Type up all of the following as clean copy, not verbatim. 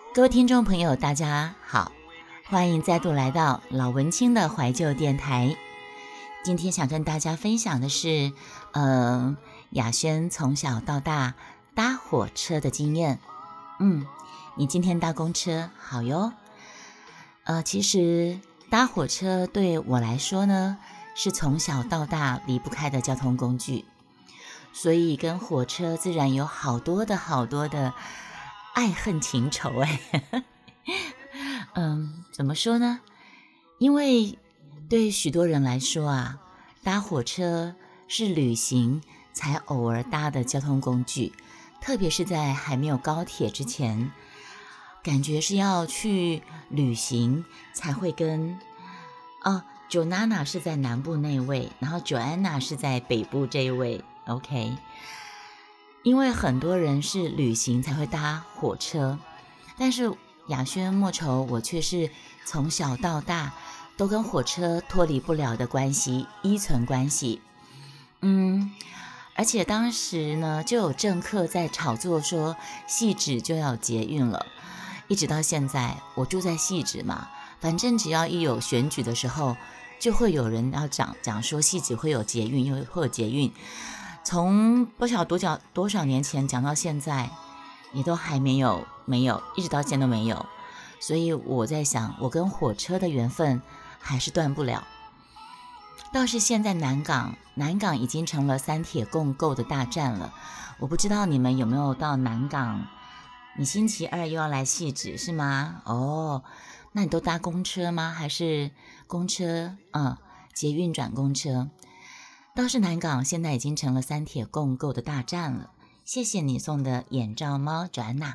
各位听众朋友大家好，欢迎再度来到老文青的怀旧电台。今天想跟大家分享的是雅轩从小到大搭火车的经验。你今天搭公车好哟。其实搭火车对我来说呢，是从小到大离不开的交通工具，所以跟火车自然有好多的爱恨情仇怎么说呢？因为对许多人来说啊，搭火车是旅行才偶尔搭的交通工具，特别是在还没有高铁之前，感觉是要去旅行才会跟Joanna 是在南部那位，然后 Joanna 是在北部这一位 OK。 因为很多人是旅行才会搭火车，但是雅轩莫愁我却是从小到大都跟火车脱离不了的关系，依存关系。而且当时呢就有政客在炒作说汐止就要捷运了，一直到现在我住在汐止嘛，反正只要一有选举的时候，就会有人要讲说汐止会有捷运，又会有捷运，从不晓得多少年前讲到现在，也都还没有，一直到现在都没有。所以我在想，我跟火车的缘分还是断不了。倒是现在南港已经成了三铁共构的大站了，我不知道你们有没有到南港。你星期二又要来汐止是吗？那你都搭公车吗？还是公车捷运转公车？倒是南港现在已经成了三铁共构的大站了。谢谢你送的眼罩猫Joanna。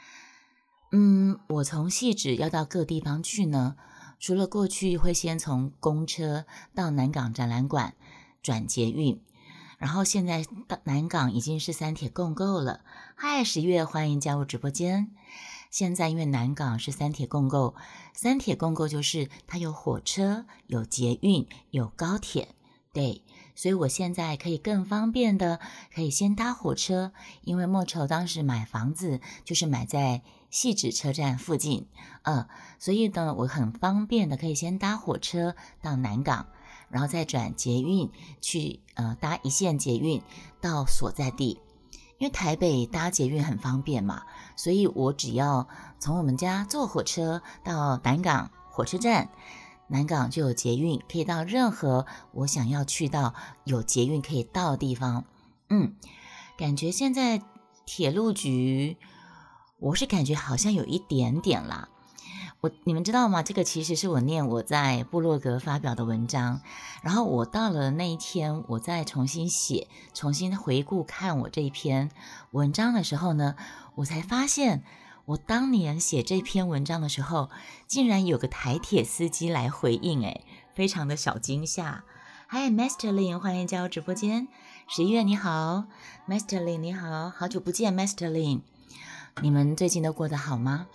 我从汐止要到各地方去呢，除了过去会先从公车到南港展览馆转捷运，然后现在到南港已经是三铁共构了。嗨，10月欢迎加入直播间。现在因为南港是三铁共构，三铁共构就是它有火车，有捷运，有高铁，对，所以我现在可以更方便的可以先搭火车，因为莫愁当时买房子就是买在汐止车站附近，所以呢我很方便的可以先搭火车到南港，然后再转捷运去搭一线捷运到所在地。因为台北搭捷运很方便嘛，所以我只要从我们家坐火车到南港火车站，南港就有捷运，可以到任何我想要去到有捷运可以到的地方。感觉现在铁路局，我是感觉好像有一点点啦。你们知道吗？这个其实是我在部落格发表的文章，然后我到了那一天，我再重新回顾看我这一篇文章的时候呢，我才发现我当年写这篇文章的时候，竟然有个台铁司机来回应，非常的小惊吓。嗨 Master Lin， 欢迎加入直播间。11月你好 Master Lin， 你好，好久不见 Master Lin， 你们最近都过得好吗？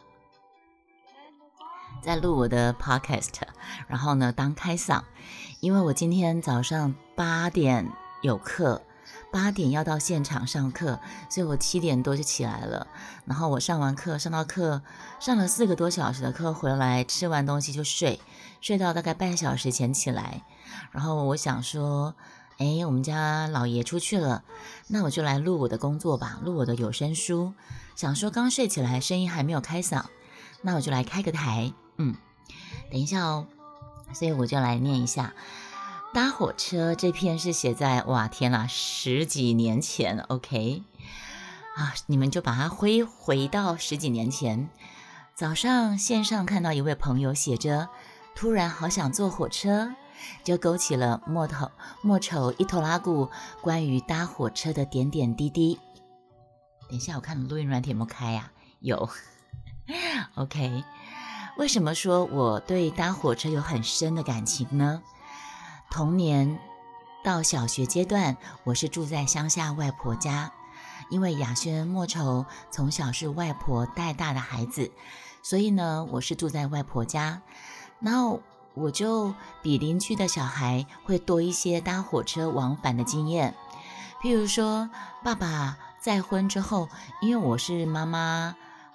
在录我的 podcast， 然后呢当开嗓，因为我今天早上8点有课，8点要到现场上课，所以我7点多就起来了，然后我上了4个多小时的课，回来吃完东西就睡到大概半小时前起来，然后我想说我们家老爷出去了，那我就来录我的工作吧，录我的有声书，想说刚睡起来声音还没有开嗓，那我就来开个台。等一下所以我就来念一下。搭火车这篇是写在天哪10几年前 OK 你们就把它回到10几年前。早上线上看到一位朋友写着突然好想坐火车，就勾起了莫愁一头拉骨关于搭火车的点点滴滴。等一下我看录音软体有没有开呀？有OK。为什么说我对搭火车有很深的感情呢？童年到小学阶段，我是住在乡下外婆家，因为雅轩莫愁从小是外婆带大的孩子，所以呢我是住在外婆家，然后我就比邻居的小孩会多一些搭火车往返的经验。譬如说爸爸再婚之后，因为我是妈妈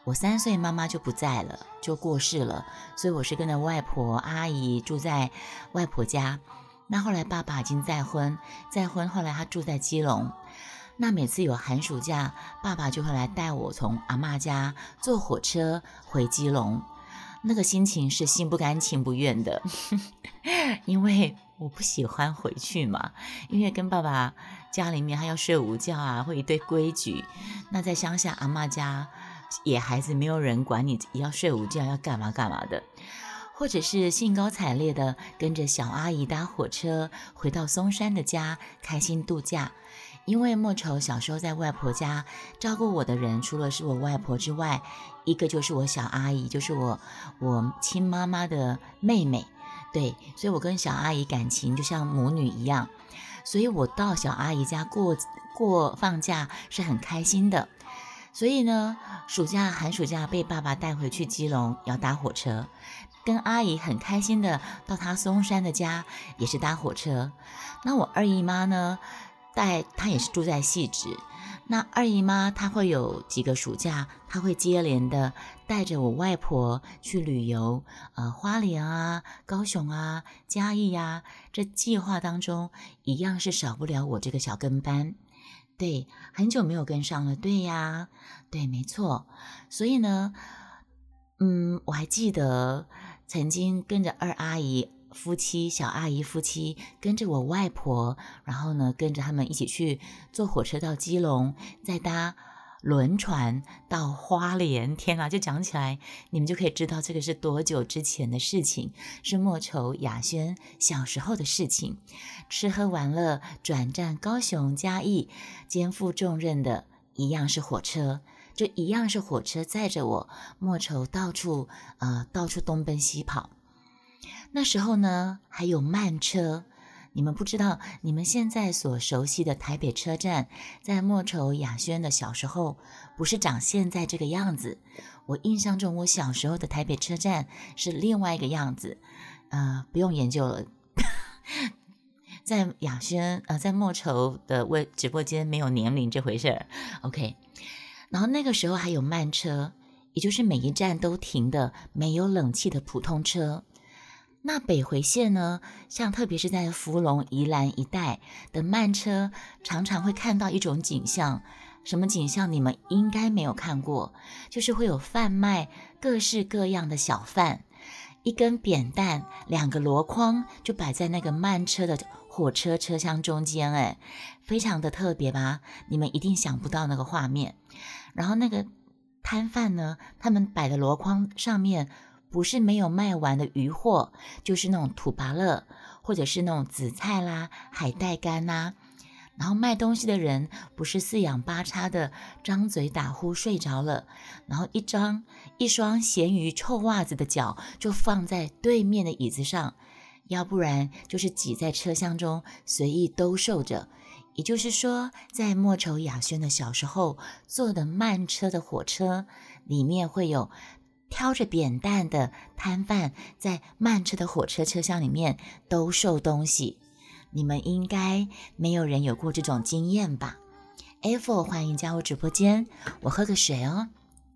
我3岁妈妈就不在了，就过世了，所以我是跟着外婆阿姨住在外婆家。那后来爸爸已经再婚，后来他住在基隆。那每次有寒暑假，爸爸就会来带我从阿嬷家坐火车回基隆。那个心情是心不甘情不愿的因为我不喜欢回去嘛，因为跟爸爸家里面还要睡午觉啊，会一堆规矩。那在乡下阿嬷家，野孩子没有人管你要睡午觉要干嘛干嘛的，或者是兴高采烈的跟着小阿姨搭火车回到松山的家开心度假。因为莫愁小时候在外婆家照顾我的人，除了是我外婆之外，一个就是我小阿姨，就是我亲妈妈的妹妹。对，所以我跟小阿姨感情就像母女一样，所以我到小阿姨家过放假是很开心的。所以呢，寒暑假被爸爸带回去基隆，要搭火车，跟阿姨很开心的到她松山的家，也是搭火车。那我二姨妈呢，她也是住在汐止。那二姨妈她会有几个暑假，她会接连的带着我外婆去旅游，花莲啊、高雄啊、嘉义啊，这计划当中一样是少不了我这个小跟班。对，很久没有跟上了，对呀，对，没错。所以呢，我还记得曾经跟着小阿姨夫妻跟着我外婆，然后呢跟着他们一起去坐火车到基隆，再搭轮船到花莲。天啊，就讲起来你们就可以知道这个是多久之前的事情，是莫愁雅轩小时候的事情。吃喝玩乐转战高雄嘉义，肩负重任的一样是火车，就一样是火车载着我莫愁到处东奔西跑。那时候呢还有慢车，你们不知道，你们现在所熟悉的台北车站，在莫愁雅轩的小时候不是长现在这个样子。我印象中我小时候的台北车站是另外一个样子，不用研究了在雅轩在莫愁的直播间没有年龄这回事儿。 OK， 然后那个时候还有慢车，也就是每一站都停的没有冷气的普通车。那北回线呢，像特别是在福隆宜兰一带的慢车，常常会看到一种景象。什么景象你们应该没有看过，就是会有贩卖各式各样的小贩，一根扁担2个箩筐就摆在那个慢车的火车车厢中间，非常的特别吧，你们一定想不到那个画面。然后那个摊贩呢，他们摆的箩筐上面不是没有卖完的鱼货，就是那种土芭乐，或者是那种紫菜啦、海带干啦。然后卖东西的人不是四仰八叉的张嘴打呼睡着了，然后一双咸鱼臭袜子的脚就放在对面的椅子上，要不然就是挤在车厢中随意兜售着。也就是说，在莫愁雅轩的小时候坐的慢车的火车里面，会有挑着扁担的摊贩在慢车的火车车厢里面兜售东西。你们应该没有人有过这种经验吧？ Apple 欢迎加入直播间，我喝个水哦。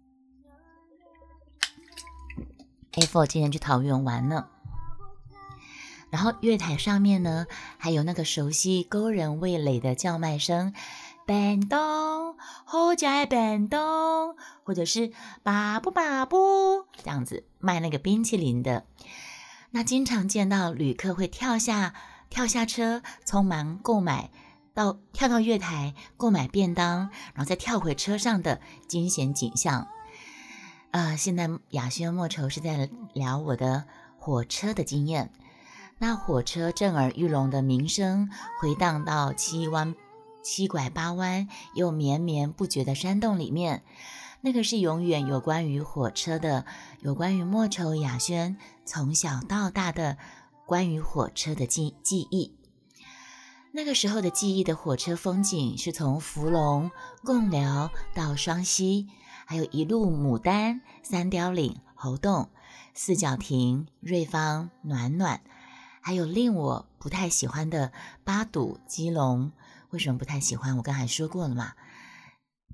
Apple 今天去桃园玩呢。然后月台上面呢，还有那个熟悉勾人味蕾的叫卖声，便当好吃的便当，或者是巴布巴布，这样子卖那个冰淇淋的。那经常见到旅客会跳下车，匆忙购买，跳到月台购买便当，然后再跳回车上的惊险景象。现在雅轩莫愁是在聊我的火车的经验。那火车震耳欲聋的鸣声回荡到七拐八弯又绵绵不绝的山洞里面，那个是永远有关于火车的，有关于莫愁雅轩从小到大的关于火车的记忆。那个时候的记忆的火车风景是从福隆、贡寮到双溪，还有一路牡丹、三貂岭、猴洞、四角亭、瑞芳、暖暖，还有令我不太喜欢的八堵、基隆。为什么不太喜欢？我刚才说过了嘛。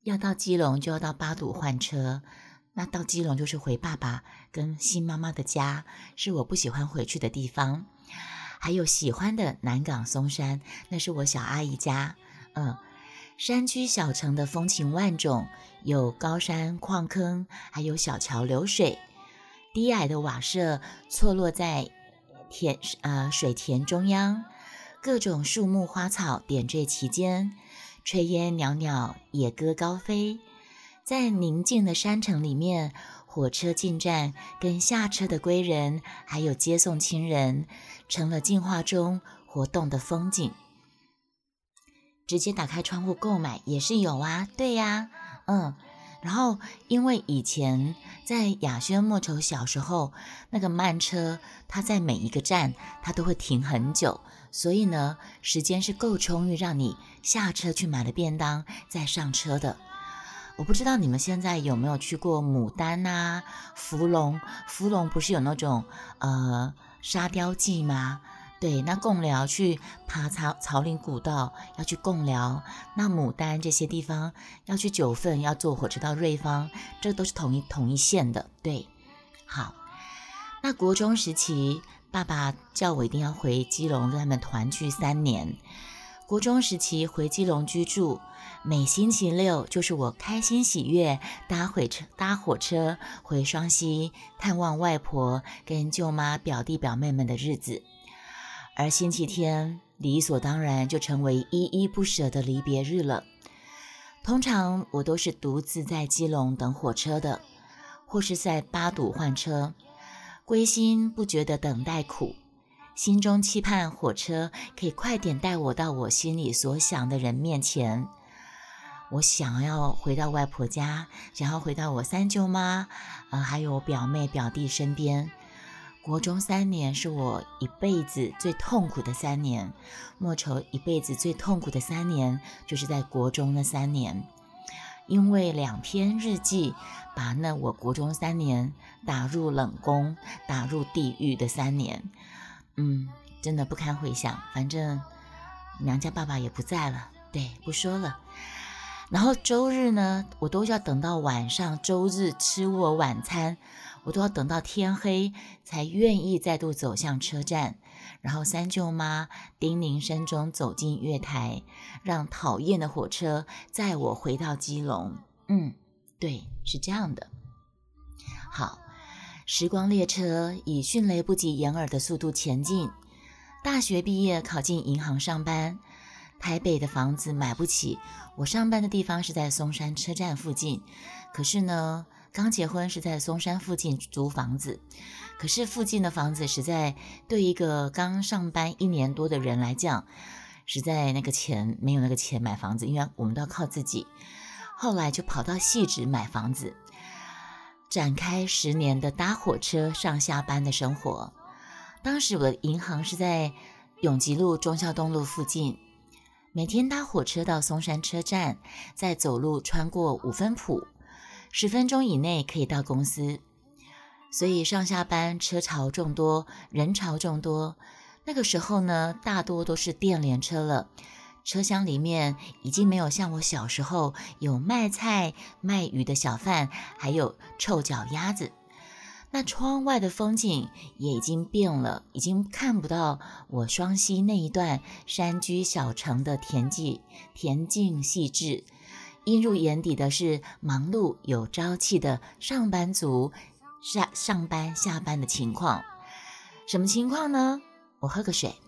要到基隆就要到八堵换车，那到基隆就是回爸爸跟新妈妈的家，是我不喜欢回去的地方。还有喜欢的南港松山，那是我小阿姨家。山居小城的风情万种，有高山矿坑，还有小桥流水。低矮的瓦舍错落在水田中央，各种树木花草点缀其间，炊烟袅袅，野歌高飞。在宁静的山城里面，火车进站跟下车的归人，还有接送亲人，成了进化中活动的风景。直接打开窗户购买也是有啊，对呀，然后因为以前在雅轩莫愁小时候，那个慢车它在每一个站它都会停很久，所以呢时间是够充裕让你下车去买了便当再上车的。我不知道你们现在有没有去过牡丹啊、福隆不是有那种沙雕记吗？对，那贡寮去爬草岭古道要去贡寮，那牡丹这些地方要去九份，要坐火车到瑞芳，这都是同一线的。对，好，那国中时期，爸爸叫我一定要回基隆跟他们团聚3年。国中时期回基隆居住，每星期六就是我开心喜悦搭火车回双溪探望外婆跟舅妈表弟表妹们的日子。而星期天理所当然就成为依依不舍的离别日了。通常我都是独自在基隆等火车的，或是在八堵换车，归心不觉得等待苦，心中期盼火车可以快点带我到我心里所想的人面前。我想要回到外婆家，想要回到我三舅妈还有我表妹表弟身边。国中3年是我一辈子最痛苦的3年，莫愁一辈子最痛苦的3年就是在国中那3年，因为2篇日记把那我国中3年打入冷宫，打入地狱的3年，真的不堪回想。反正娘家爸爸也不在了，对，不说了。然后周日呢，我都要等到晚上，周日吃我晚餐，我都要等到天黑才愿意再度走向车站，然后三舅妈叮咛声中走进月台，让讨厌的火车载我回到基隆。对，是这样的。好，时光列车以迅雷不及掩耳的速度前进。大学毕业考进银行上班，台北的房子买不起，我上班的地方是在松山车站附近，可是呢刚结婚是在松山附近租房子，可是附近的房子实在对一个刚上班1年多的人来讲，实在没有那个钱买房子，因为我们都要靠自己。后来就跑到汐止买房子，展开10年的搭火车上下班的生活。当时我的银行是在永吉路忠孝东路附近，每天搭火车到松山车站，再走路穿过5分埔，10分钟以内可以到公司。所以上下班车潮众多，人潮众多。那个时候呢，大多都是电联车了，车厢里面已经没有像我小时候有卖菜卖鱼的小贩，还有臭脚丫子。那窗外的风景也已经变了，已经看不到我双溪那一段山居小城的田径细致，映入眼底的是忙碌有朝气的上班族上班下班的情况。什么情况呢？我喝个水。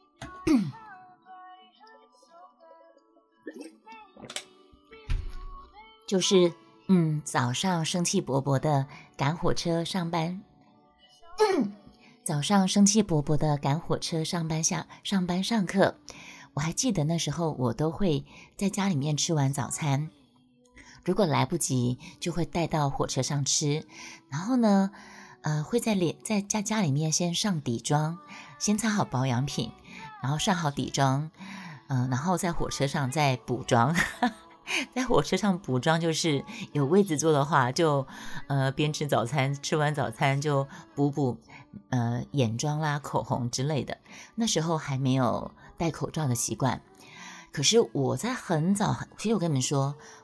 就是早上生气勃勃的赶火车上班，上班上课。我还记得那时候我都会在家里面吃完早餐，如果来不及就会带到火车上吃，然后呢会在家里面先上底妆，先擦好保养品，然后上好底妆，然后在火车上再补妆。在火车上补妆就是有位子坐的话，就边吃早餐，吃完早餐就补眼妆啦、口红之类的。那时候还没有戴口罩的习惯。可是我在很早，其实我跟你们说，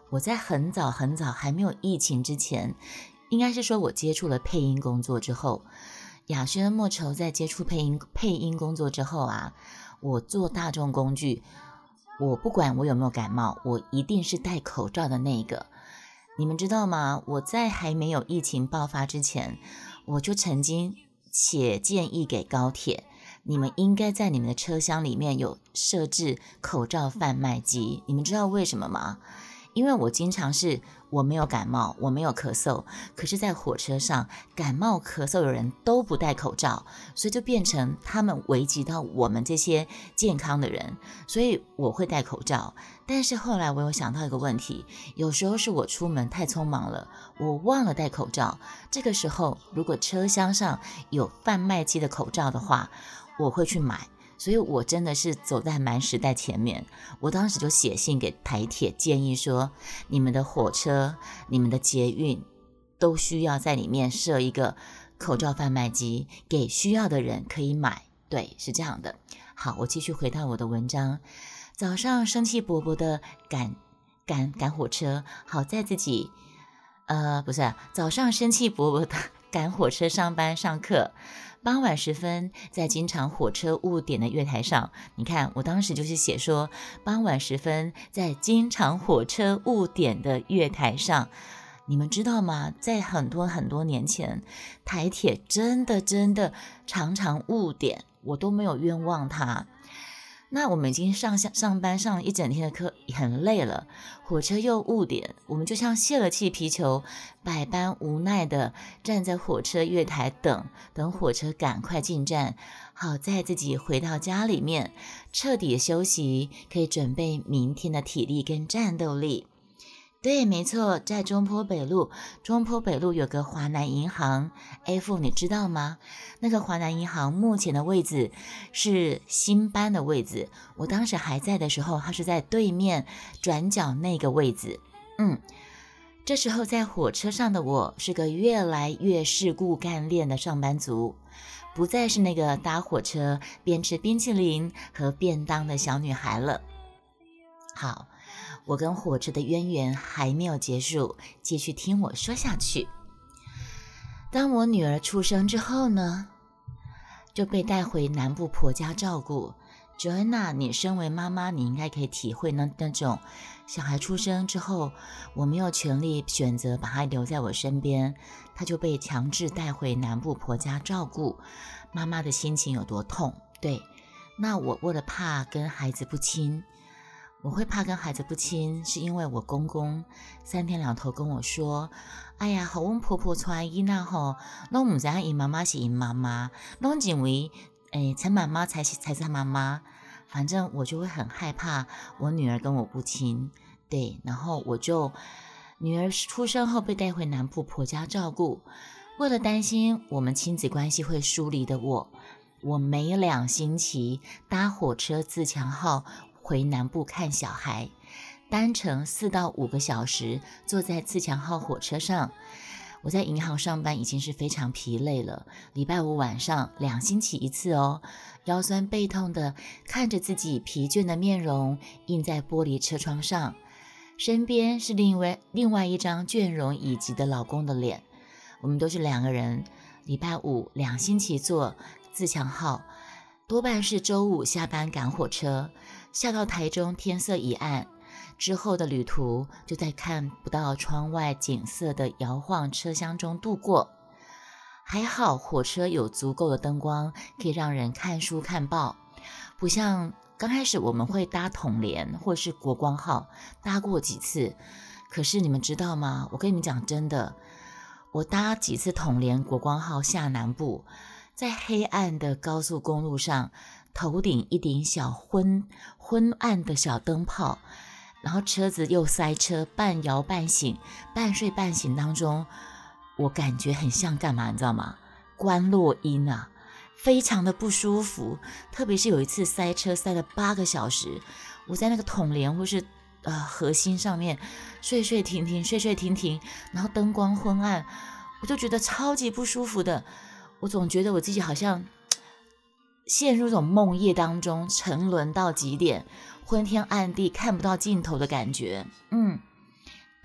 我在很早很早还没有疫情之前，应该是说我接触了配音工作之后，雅轩莫愁在接触配音工作之后啊，我坐大众工具，我不管我有没有感冒，我一定是戴口罩的那一个。你们知道吗？我在还没有疫情爆发之前，我就曾经且建议给高铁，你们应该在你们的车厢里面有设置口罩贩卖机。你们知道为什么吗？因为我经常是我没有感冒，我没有咳嗽，可是在火车上感冒咳嗽的人都不戴口罩，所以就变成他们危及到我们这些健康的人，所以我会戴口罩。但是后来我有想到一个问题，有时候是我出门太匆忙了，我忘了戴口罩，这个时候如果车厢上有贩卖机的口罩的话，我会去买。所以我真的是走在蛮时代前面，我当时就写信给台铁建议说，你们的火车、你们的捷运都需要在里面设一个口罩贩卖机，给需要的人可以买。对，是这样的。好，我继续回到我的文章。早上生气勃勃的赶火车，好在自己早上生气勃勃的赶火车上班上课。傍晚时分，在经常火车误点的月台上，你看我当时就是写说，傍晚时分，在经常火车误点的月台上，你们知道吗？在很多很多年前，台铁真的常常误点，我都没有冤枉它。那我们已经上班上了一整天的课，很累了，火车又误点，我们就像泄了气皮球，百般无奈的站在火车月台等火车赶快进站。好在自己回到家里面，彻底的休息，可以准备明天的体力跟战斗力。对，没错，在中坡北路有个华南银行 F， 你知道吗？那个华南银行目前的位置是新搬的位置，我当时还在的时候，它是在对面转角那个位置。这时候在火车上的我是个越来越世故干练的上班族，不再是那个搭火车边吃冰淇淋和便当的小女孩了。好，我跟火车的渊源还没有结束，继续听我说下去。当我女儿出生之后呢，就被带回南部婆家照顾。Joanna， 你身为妈妈，你应该可以体会那种小孩出生之后，我没有权利选择把他留在我身边，他就被强制带回南部婆家照顾，妈妈的心情有多痛。对，那我为了怕跟孩子不亲，我会怕跟孩子不亲，是因为我公公3天2头跟我说，哎呀，好阮婆婆出来囡仔吼，拢唔知道因妈妈是因妈妈，拢认为陈妈妈才是她妈妈。反正我就会很害怕我女儿跟我不亲。对，然后女儿出生后被带回南部婆家照顾，为了担心我们亲子关系会疏离的我每2星期搭火车自强号回南部看小孩，单程4到5个小时，坐在自强号火车上。我在银行上班已经是非常疲累了，礼拜5晚上2星期一次哦，腰酸背痛的看着自己疲倦的面容映在玻璃车窗上，身边是另外一张倦容已极的老公的脸。我们都是2个人，礼拜5 2星期坐自强号，多半是周五下班赶火车，下到台中天色已暗，之后的旅途就在看不到窗外景色的摇晃车厢中度过。还好火车有足够的灯光，可以让人看书看报，不像刚开始我们会搭统联或是国光号，搭过几次。可是你们知道吗？我跟你们讲真的，我搭几次统联国光号下南部，在黑暗的高速公路上，头顶一顶小昏暗的小灯泡，然后车子又塞车，半摇半醒，半睡半醒当中，我感觉很像干嘛你知道吗？观落阴啊，非常的不舒服。特别是有一次塞车塞了8个小时，我在那个统联或是核心上面睡停停，然后灯光昏暗，我就觉得超级不舒服的。我总觉得我自己好像陷入一种梦夜当中，沉沦到极点，昏天暗地看不到尽头的感觉。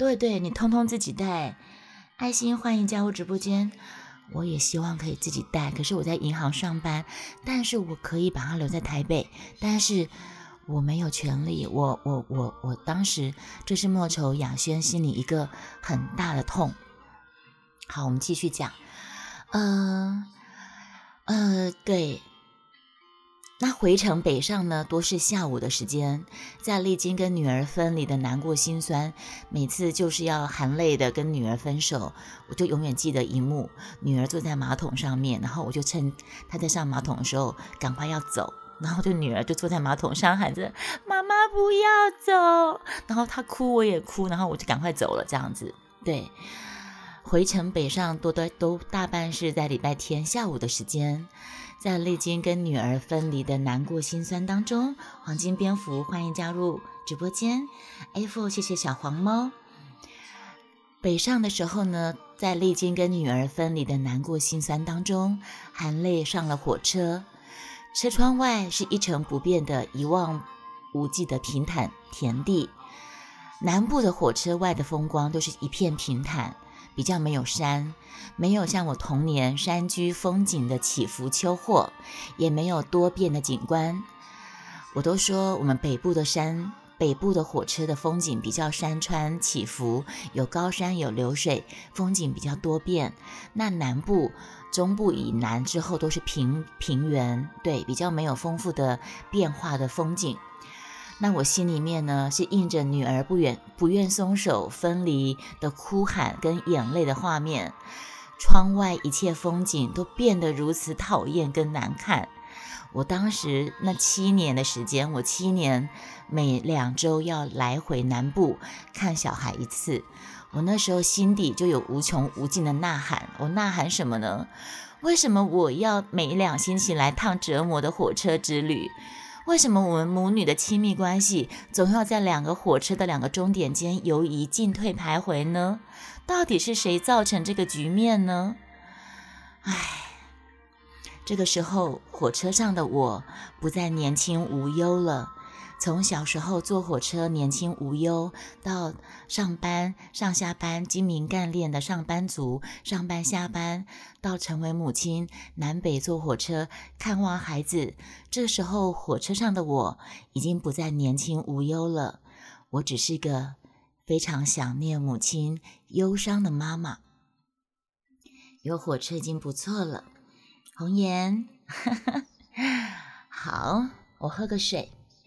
对，你通通自己带。爱心欢迎加入直播间。我也希望可以自己带，可是我在银行上班，但是我可以把它留在台北，但是我没有权利。我当时这是莫愁雅轩心里一个很大的痛。好，我们继续讲。对。那回程北上呢，多是下午的时间，在历经跟女儿分离的难过心酸，每次就是要含泪的跟女儿分手，我就永远记得一幕，女儿坐在马桶上面，然后我就趁她在上马桶的时候赶快要走，然后女儿就坐在马桶上喊着妈妈不要走，然后她哭我也哭，然后我就赶快走了，这样子。对，回程北上都大半是在礼拜天下午的时间，在历经跟女儿分离的难过心酸当中，黄金蝙蝠欢迎加入直播间。 A4 谢谢小黄猫。北上的时候呢，在历经跟女儿分离的难过心酸当中，含泪上了火车，车窗外是一成不变的一望无际的平坦田地，南部的火车外的风光都是一片平坦，比较没有山，没有像我童年山居风景的起伏丘壑，也没有多变的景观。我都说我们北部的火车的风景比较山川起伏，有高山有流水，风景比较多变。那南部中部以南之后都是平原，对，比较没有丰富的变化的风景。那我心里面呢，是印着女儿不愿松手分离的哭喊跟眼泪的画面，窗外一切风景都变得如此讨厌跟难看。我当时那7年的时间，我7年每2周要来回南部看小孩一次，我那时候心底就有无穷无尽的呐喊。我呐喊什么呢？为什么我要每2星期来趟折磨的火车之旅？为什么我们母女的亲密关系总要在2个火车的2个终点间游移进退徘徊呢？到底是谁造成这个局面呢？这个时候火车上的我不再年轻无忧了。从小时候坐火车年轻无忧，到上下班精明干练的上班族，上班下班，到成为母亲，南北坐火车看望孩子，这时候火车上的我已经不再年轻无忧了。我只是个非常想念母亲忧伤的妈妈。有火车已经不错了。红颜好，我喝个水。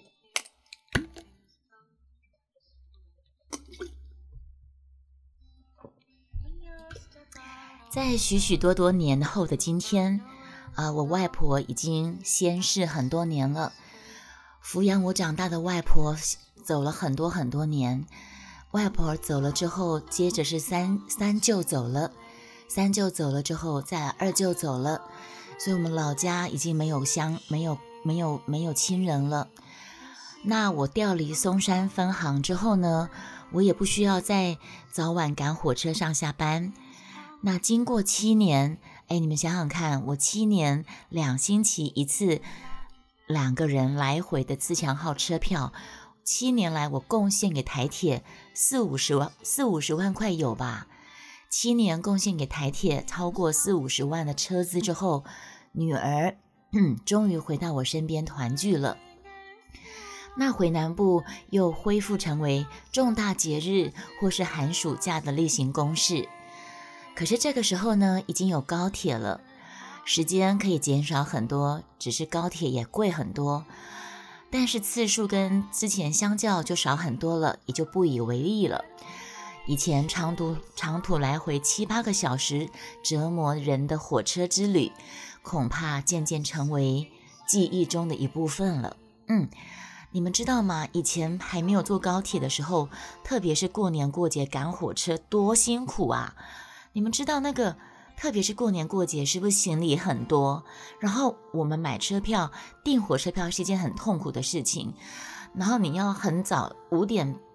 在许许多多年后的今天，我外婆已经仙逝很多年了。抚养我长大的外婆走了很多年，外婆走了之后，接着是三舅走了，三舅走了之后，再来2舅走了，所以我们老家已经没有亲人了。那我调离松山分行之后呢，我也不需要再早晚赶火车上下班。那经过7年，你们想想看，我7年2星期一次2个人来回的自强号车票，7年来我贡献给台铁40-50万块有吧？7年贡献给台铁超过40-50万的车资之后，女儿终于回到我身边团聚了。那回南部又恢复成为重大节日或是寒暑假的例行公事。可是这个时候呢，已经有高铁了，时间可以减少很多，只是高铁也贵很多，但是次数跟之前相较就少很多了，也就不以为意了。以前长途来回7-8个小时折磨人的火车之旅，恐怕渐渐成为记忆中的一部分了。你们知道吗？以前还没有坐高铁的时候，特别是过年过节赶火车多辛苦啊！你们知道那个，特别是过年过节，是不是行李很多？然后我们买车票、订火车票是一件很痛苦的事情。然后你要很早5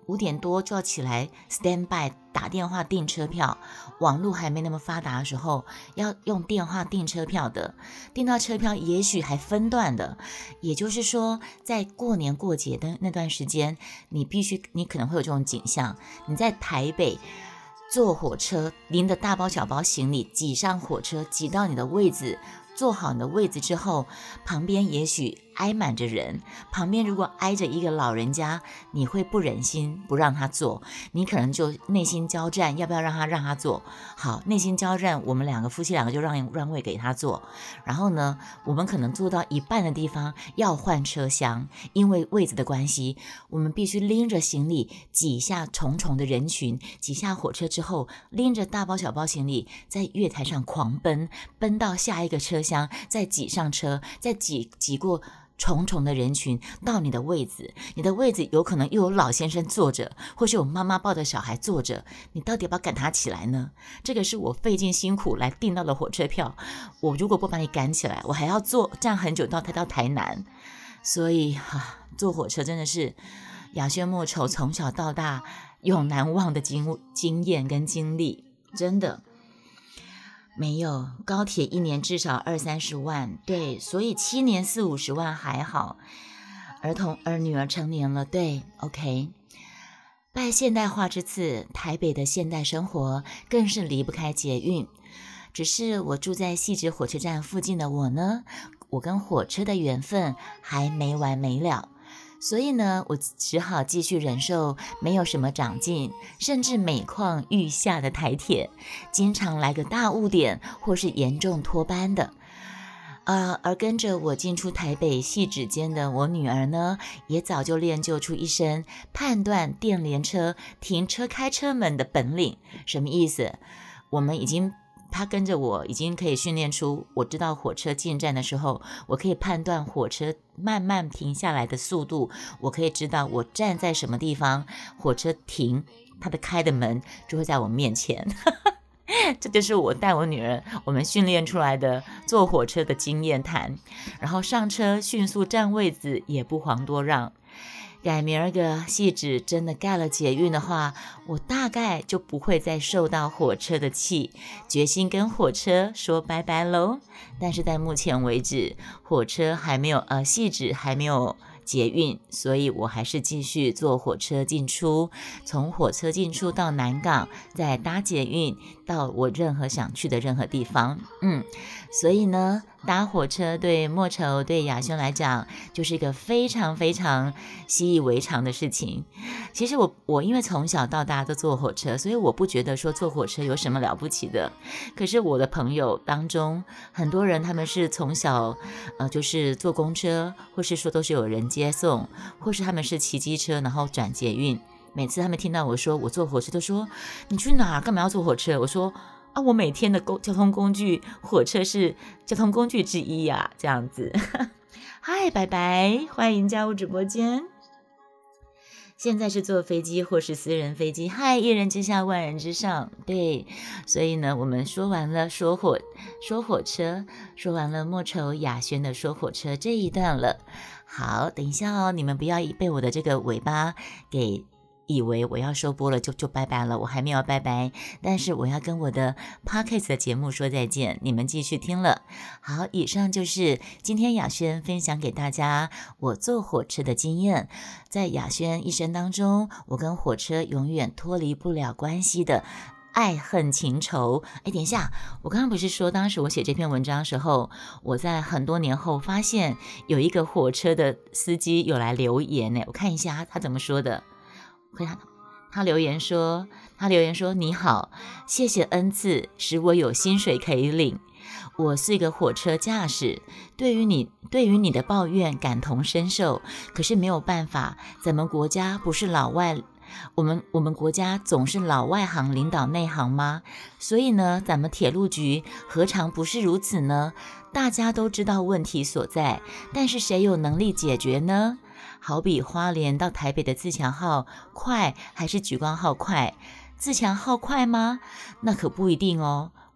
点多就要起来 stand by 打电话订车票，网络还没那么发达的时候，要用电话订车票的，订到车票也许还分段的，也就是说在过年过节的那段时间，你可能会有这种景象，你在台北坐火车，拎着大包小包行李挤上火车，挤到你的位置，坐好你的位置之后，旁边也许挨满着人，旁边如果挨着一个老人家，你会不忍心不让他坐，你可能就内心交战，要不要让他坐。好，内心交战，我们夫妻两个就让位给他坐。然后呢，我们可能坐到一半的地方要换车厢，因为位置的关系，我们必须拎着行李挤下重重的人群，挤下火车之后，拎着大包小包行李在月台上狂奔到下一个车厢，再挤上车，再挤过重重的人群到你的位置，你的位置有可能又有老先生坐着，或是有妈妈抱着小孩坐着，你到底要不要赶他起来呢？这个是我费尽辛苦来订到的火车票，我如果不把你赶起来，我还要站很久到台南。所以坐火车真的是雅轩莫愁从小到大永难忘的经验跟经历，真的没有。高铁一年至少20-30万，对，所以7年40-50万还好。儿女儿成年了，对 OK。 拜现代化之赐，台北的现代生活更是离不开捷运。只是我住在汐止火车站附近的我呢，我跟火车的缘分还没完没了，所以呢，我只好继续忍受没有什么长进，甚至每况愈下的台铁，经常来个大误点或是严重脱班的。而跟着我进出台北汐止间的我女儿呢，也早就练就出一身判断电联车停车开车门的本领。什么意思？他跟着我已经可以训练出，我知道火车进站的时候，我可以判断火车慢慢停下来的速度，我可以知道我站在什么地方，火车停，它的开的门就会在我面前。这就是我带我女儿我们训练出来的坐火车的经验谈。然后上车迅速占位子，也不遑多让。改明儿个汐止真的盖了捷运的话，我大概就不会再受到火车的气，决心跟火车说拜拜咯。但是在目前为止，汐止还没有捷运，所以我还是继续坐火车进出，从火车进出到南港，再搭捷运到我任何想去的任何地方。所以呢，搭火车对莫愁对雅轩来讲就是一个非常非常习以为常的事情。其实我因为从小到大都坐火车，所以我不觉得说坐火车有什么了不起的。可是我的朋友当中很多人，他们是从小就是坐公车，或是说都是有人接送，或是他们是骑机车然后转捷运。每次他们听到我说我坐火车，都说你去哪干嘛要坐火车？我说我每天的交通工具，火车是交通工具之一呀，这样子。嗨，拜拜，欢迎加入直播间。现在是坐飞机或是私人飞机，嗨，一人之下万人之上，对，所以呢，我们说完了说火车，说完了莫愁雅轩的说火车这一段了。好，等一下你们不要被我的这个尾巴给以为我要收播了就拜拜了，我还没有拜拜，但是我要跟我的 Podcast 的节目说再见，你们继续听了。好，以上就是今天雅轩分享给大家我坐火车的经验。在雅轩一生当中，我跟火车永远脱离不了关系的爱恨情仇。等一下，我刚刚不是说当时我写这篇文章的时候，我在很多年后发现有一个火车的司机有来留言呢，我看一下他怎么说的。他留言说你好，谢谢恩赐使我有薪水可以领，我是一个火车驾驶，对于你的抱怨感同身受，可是没有办法，咱们国家不是我们国家总是老外行领导内行吗？所以呢，咱们铁路局何尝不是如此呢？大家都知道问题所在，但是谁有能力解决呢？好比花莲到台北的自强号快还是莒光号快？自强号快吗？那可不一定哦。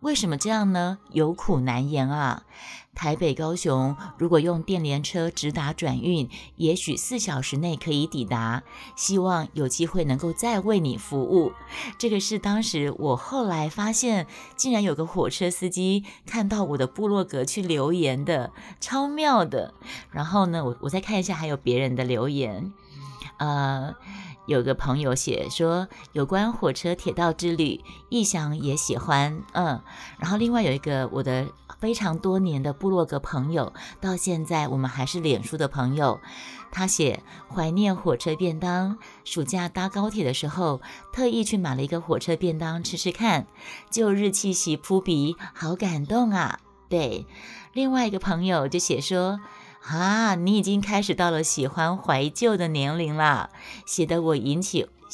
为什么这样呢？有苦难言啊。台北高雄如果用电联车直达转运，也许4小时内可以抵达，希望有机会能够再为你服务。这个是当时我后来发现竟然有个火车司机看到我的部落格去留言的，超妙的。然后呢，我再看一下还有别人的留言。有个朋友写说有关火车铁道之旅，逸翔也喜欢。然后另外有一个我的非常多年的部落格朋友，到现在我们还是脸书的朋友，他写怀念火车便当，暑假搭高铁的时候特意去买了一个火车便当吃吃看，旧日气息扑鼻，好感动啊。对，另外一个朋友就写说你已经开始到了喜欢怀旧的年龄啦，写得我也引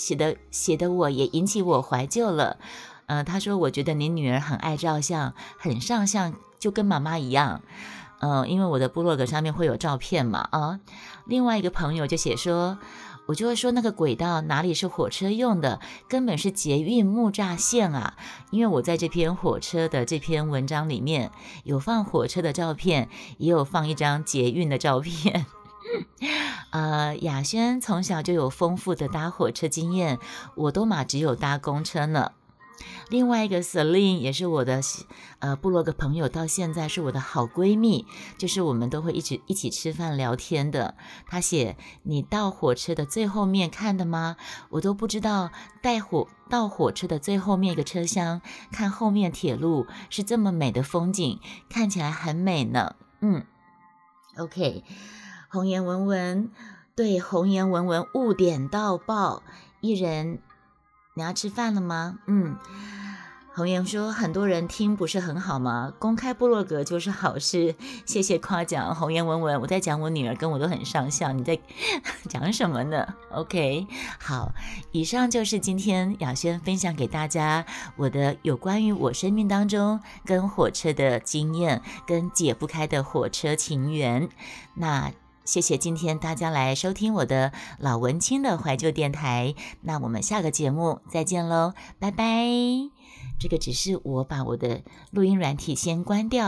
起我怀旧了。他说我觉得你女儿很爱照相，很上相，就跟妈妈一样。因为我的部落格上面会有照片嘛。另外一个朋友就写说，我就会说那个轨道哪里是火车用的，根本是捷运木栅线啊。因为我在这篇火车的这篇文章里面有放火车的照片，也有放一张捷运的照片。雅轩从小就有丰富的搭火车经验，我都只有搭公车呢。另外一个 Celine 也是我的部落格朋友，到现在是我的好闺蜜，就是我们都会一起吃饭聊天的。她写你到火车的最后面看的吗？我都不知道到火车的最后面一个车厢，看后面铁路是这么美的风景，看起来很美呢。OK， 红颜文文，对，红颜文文误点到爆，一人你要吃饭了吗？红颜说很多人听不是很好吗？公开部落格就是好事，谢谢夸奖。红颜文文，我在讲我女儿跟我都很上相，你在讲什么呢？ OK， 好，以上就是今天雅轩分享给大家我的有关于我生命当中跟火车的经验，跟解不开的火车情缘。那谢谢今天大家来收听我的老文青的怀旧电台，那我们下个节目再见咯，拜拜。这个只是我把我的录音软体先关掉。